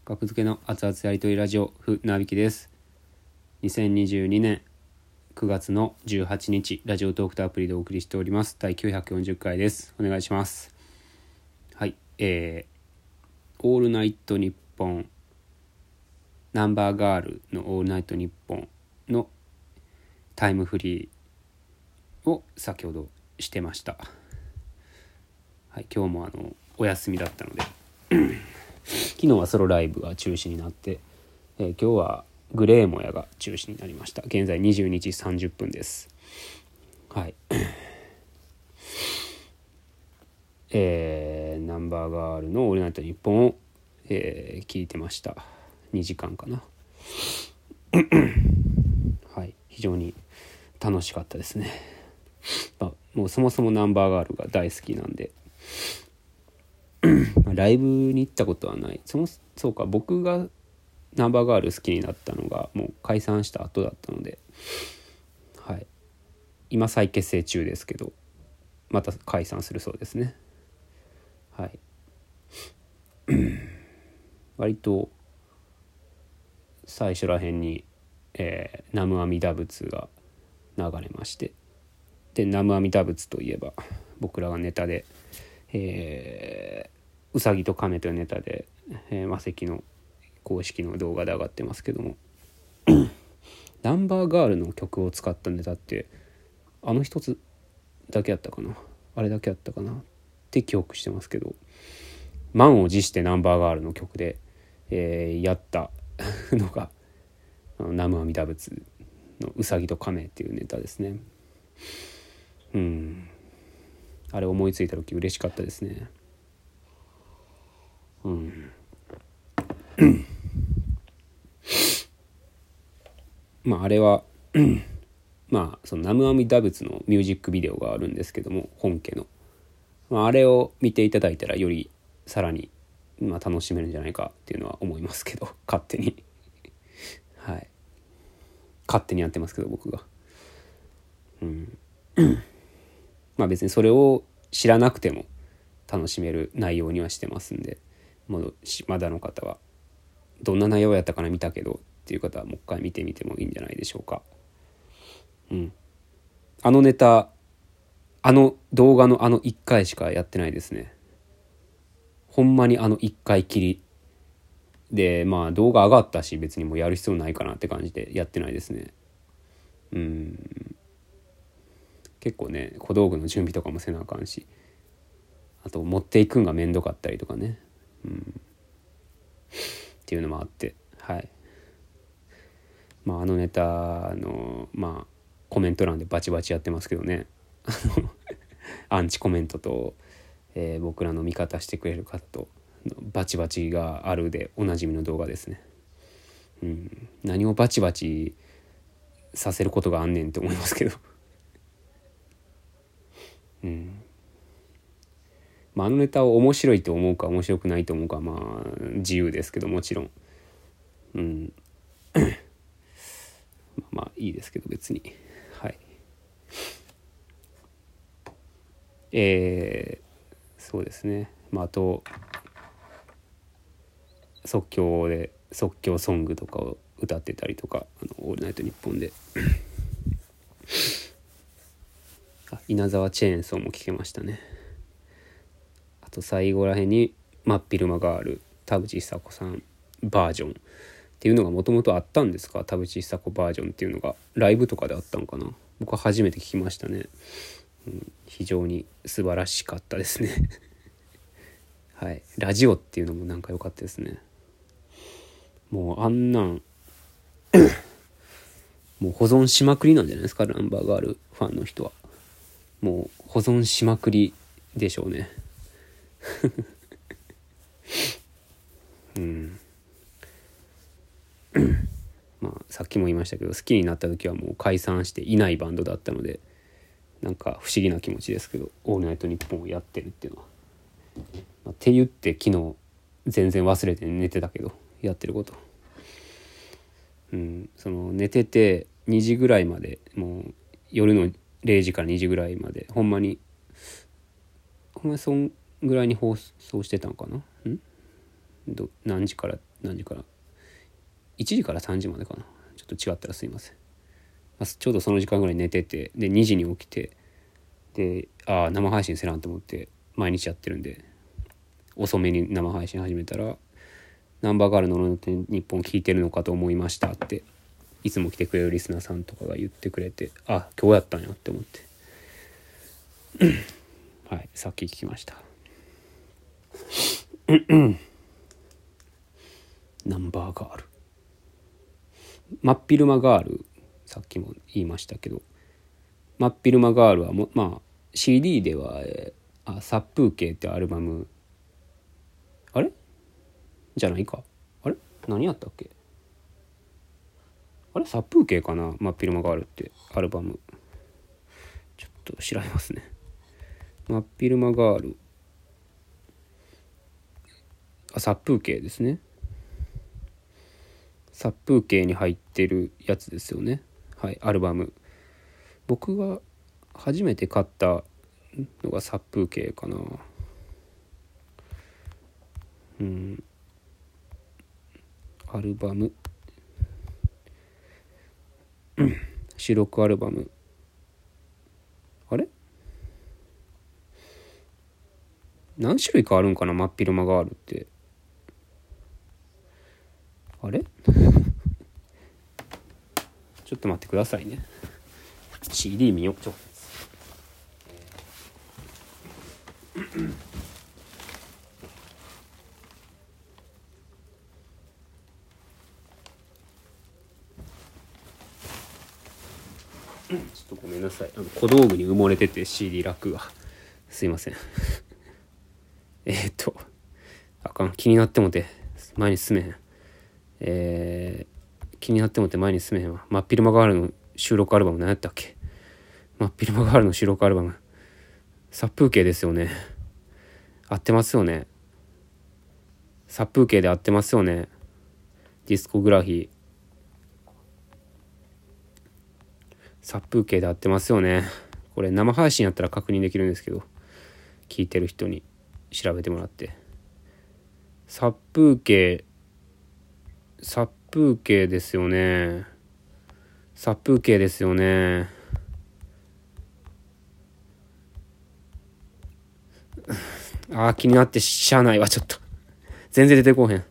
格付けの熱々やりとりラジオふなびきです。2022年9月の18日ラジオトークとアプリでお送りしております第940回です。お願いします。はい、オールナイトニッポンナンバーガールのオールナイトニッポンのタイムフリーを先ほどしてました。はい、今日もお休みだったので昨日はソロライブが中止になって、今日はグレーモヤが中止になりました。現在22時30分です。はい、ナンバーガールのオールナイトニッポンを、聞いてました。2時間かなはい、非常に楽しかったですね。もうそもそもナンバーガールが大好きなんでライブに行ったことはない。そうか、僕がナンバーガール好きになったのがもう解散した後だったので、はい、今再結成中ですけどまた解散するそうですね。はい割と最初ら辺に、南無阿弥陀仏が流れまして、で南無阿弥陀仏といえば僕らがネタで、うさぎと亀というネタで、魔石の公式の動画で上がってますけどもナンバーガールの曲を使ったネタって一つだけやったかな、あれだけやったかなって記憶してますけど、満を持してナンバーガールの曲で、やったのが南無阿弥陀仏のうさぎと亀っていうネタですね。あれ思いついた時嬉しかったですね。あれはその南無阿弥陀仏のミュージックビデオがあるんですけども、本家の、あれを見ていただいたらよりさらに、楽しめるんじゃないかっていうのは思いますけど、勝手にはい勝手にやってますけど僕が別にそれを知らなくても楽しめる内容にはしてますんで、まだの方はどんな内容やったかな見たけどっていう方はもう一回見てみてもいいんじゃないでしょうか。ネタ動画の1回しかやってないですね。ほんまに1回きりで、動画上がったし別にもうやる必要ないかなって感じでやってないですね。結構ね、小道具の準備とかもせなあかんし、あと持っていくんがめんどかったりとかね、っていうのもあって、はい、ネタのコメント欄でバチバチやってますけどねアンチコメントと、僕らの味方してくれる方とバチバチがあるでおなじみの動画ですね。何をバチバチさせることがあんねんって思いますけどネタを面白いと思うか面白くないと思うか自由ですけど、もちろんいいですけど別に、はいそうですね。あと即興ソングとかを歌ってたりとか、オールナイトニッポンで稲沢チェーンソーも聴けましたね。あと最後らへんに真っ昼間ガール田淵久子さんバージョンっていうのがもともとあったんですか。田淵久子バージョンっていうのがライブとかであったのかな。僕は初めて聞きましたね。非常に素晴らしかったですねはい、ラジオっていうのもなんか良かったですね。もうあんなんもう保存しまくりなんじゃないですか、ナンバーガールファンの人は。もう保存しまくりでしょうねさっきも言いましたけど、好きになった時はもう解散していないバンドだったので、なんか不思議な気持ちですけど、オールナイトニッポンをやってるっていうのは、って言って昨日全然忘れて寝てたけどやってること、その寝てて2時ぐらいまで、もう夜の0時から2時ぐらいまでほんまにそんぐらいに放送してたんかな。何時から何時から1時から3時までかな。ちょっと違ったらすいません。ちょうどその時間ぐらい寝てて、で2時に起きて、で生配信せなと思って毎日やってるんで、遅めに生配信始めたら、ナンバーガールのノルテン日本聞いてるのかと思いましたっていつも来てくれるリスナーさんとかが言ってくれて、今日やったんやって思ってはい、さっき聞きましたナンバーガール、真っ昼間ガール、さっきも言いましたけど、真っ昼間ガールはCD では、殺風景ってアルバム、あれじゃないか、あれ何やったっけ、あれ殺風景かな、真っ昼間ガールってアルバム、ちょっと調べますね。真っ昼間ガール、殺風景ですね。殺風景に入ってるやつですよね。はい、アルバム。僕が初めて買ったのが殺風景かな。アルバム収録アルバム、あれ何種類かあるんかな、真っ昼間ガールって。あれちょっと待ってくださいね。 CD 見よう。ちょっとごめんなさい、小道具に埋もれてて CD ラックがすいませんあかん、気になってもて前に進めへん。気になってもて前に進めへんわ。真っ昼間ガールの収録アルバム何やったっけ。真っ昼間ガールの収録アルバム、殺風景ですよね。合ってますよね。殺風景で合ってますよね。ディスコグラフィー、殺風景で合ってますよね。これ生配信やったら確認できるんですけど、聞いてる人に調べてもらって。殺風景ですよね。殺風景ですよね。気になってしゃあないわ。ちょっと全然出てこへん。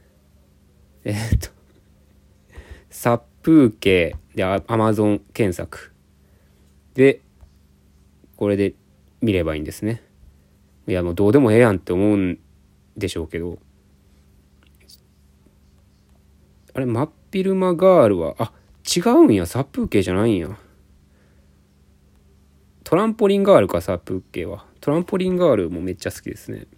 殺風景でAmazon 検索でこれで見ればいいんですね。いやもうどうでもええやんって思うんでしょうけど、あれ真っ昼間ガールは違うんや、殺風景じゃないんや。トランポリンガールか、殺風景は。トランポリンガールもめっちゃ好きですね。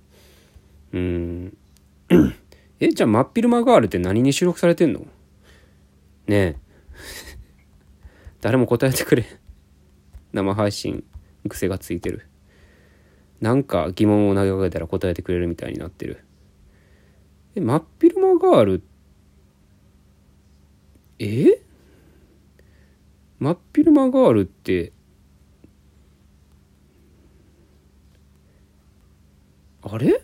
じゃあ真っ昼間ガールって何に収録されてんのねえ誰も答えてくれ。生配信癖がついてる。なんか疑問を投げかけたら答えてくれるみたいになってる。真っ昼間ガール、真っ昼間ガールってあれ、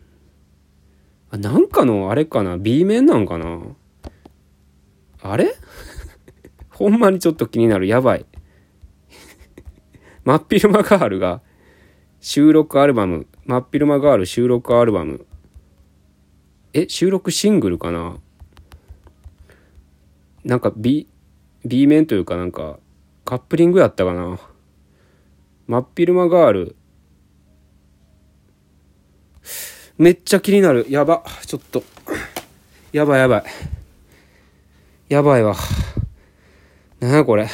なんかのあれかな、 B 面なんかな。あれほんまにちょっと気になる。やばい真っ昼間ガールが収録アルバム、真っ昼間ガール収録アルバム、収録シングルかな。なんか B 面というかなんかカップリングやったかな。真っ昼間ガールめっちゃ気になる。やば、ちょっとやばいわ。なんやこれ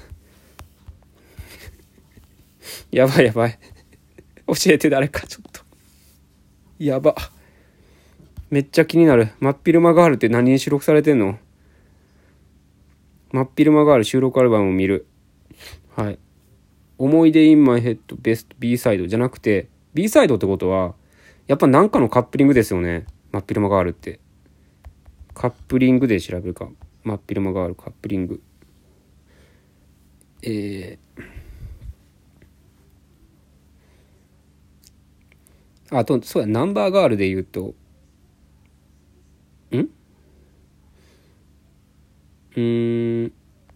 やばい教えて誰か。ちょっとやば、めっちゃ気になる。真っ昼間ガールって何に収録されてんの。真っ昼間ガール収録アルバムを見る。はい、思い出 in my head ベスト B サイドじゃなくて B サイドってことはやっぱ何かのカップリングですよね。真っ昼間ガールってカップリングで調べるか。真っ昼間ガールカップリング、あとそうや、ナンバーガールで言うとん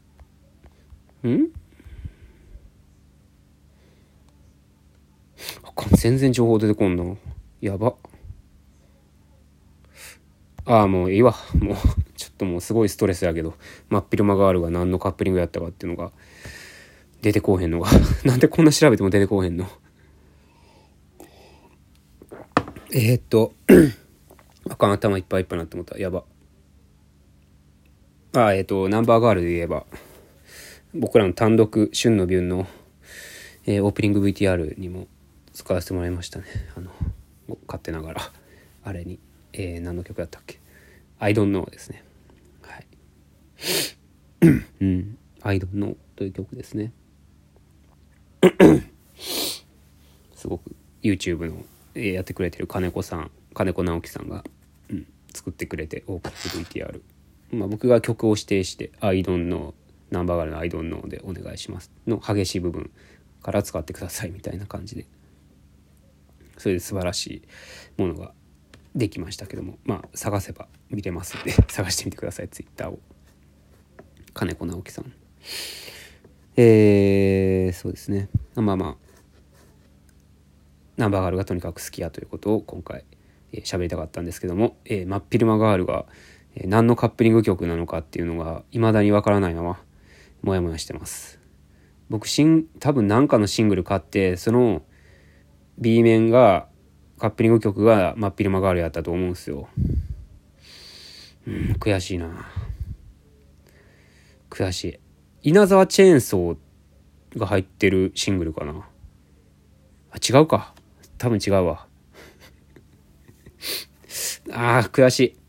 全然情報出てこんの。やば。もういいわ。もうちょっともうすごいストレスやけど、真っ昼間ガールが何のカップリングやったかっていうのが出てこうへんのがなんでこんな調べても出てこうへんの。あかん、頭いっぱいいっぱいなって思った。やば。ナンバーガールで言えば、僕らの単独旬のビュンの、オープニング VTR にも使わせてもらいましたね。勝手ながらあれに、何の曲だったっけ。I don't know ですね。はいI don't know という曲ですね。すごく YouTube の、やってくれてる金子直樹さんが、作ってくれて、オープニング VTR、僕が曲を指定して「I don't know」ナンバーガールの「I don't know」でお願いしますの激しい部分から使ってくださいみたいな感じで、それで素晴らしいものができましたけども、探せば見れますんで探してみてください。Twitter を。金子直樹さん、そうですね。ナンバーガールがとにかく好きやということを今回喋りたかったんですけども、真っ昼間ガールが何のカップリング曲なのかっていうのが未だにわからないままモヤモヤしてます。僕多分何かのシングル買って、その B 面がカップリング曲が真っ昼間ガールやったと思うんですよ。悔しいな。悔しい。稲沢チェーンソーが入ってるシングルかな。違うか。多分違うわ。悔しい。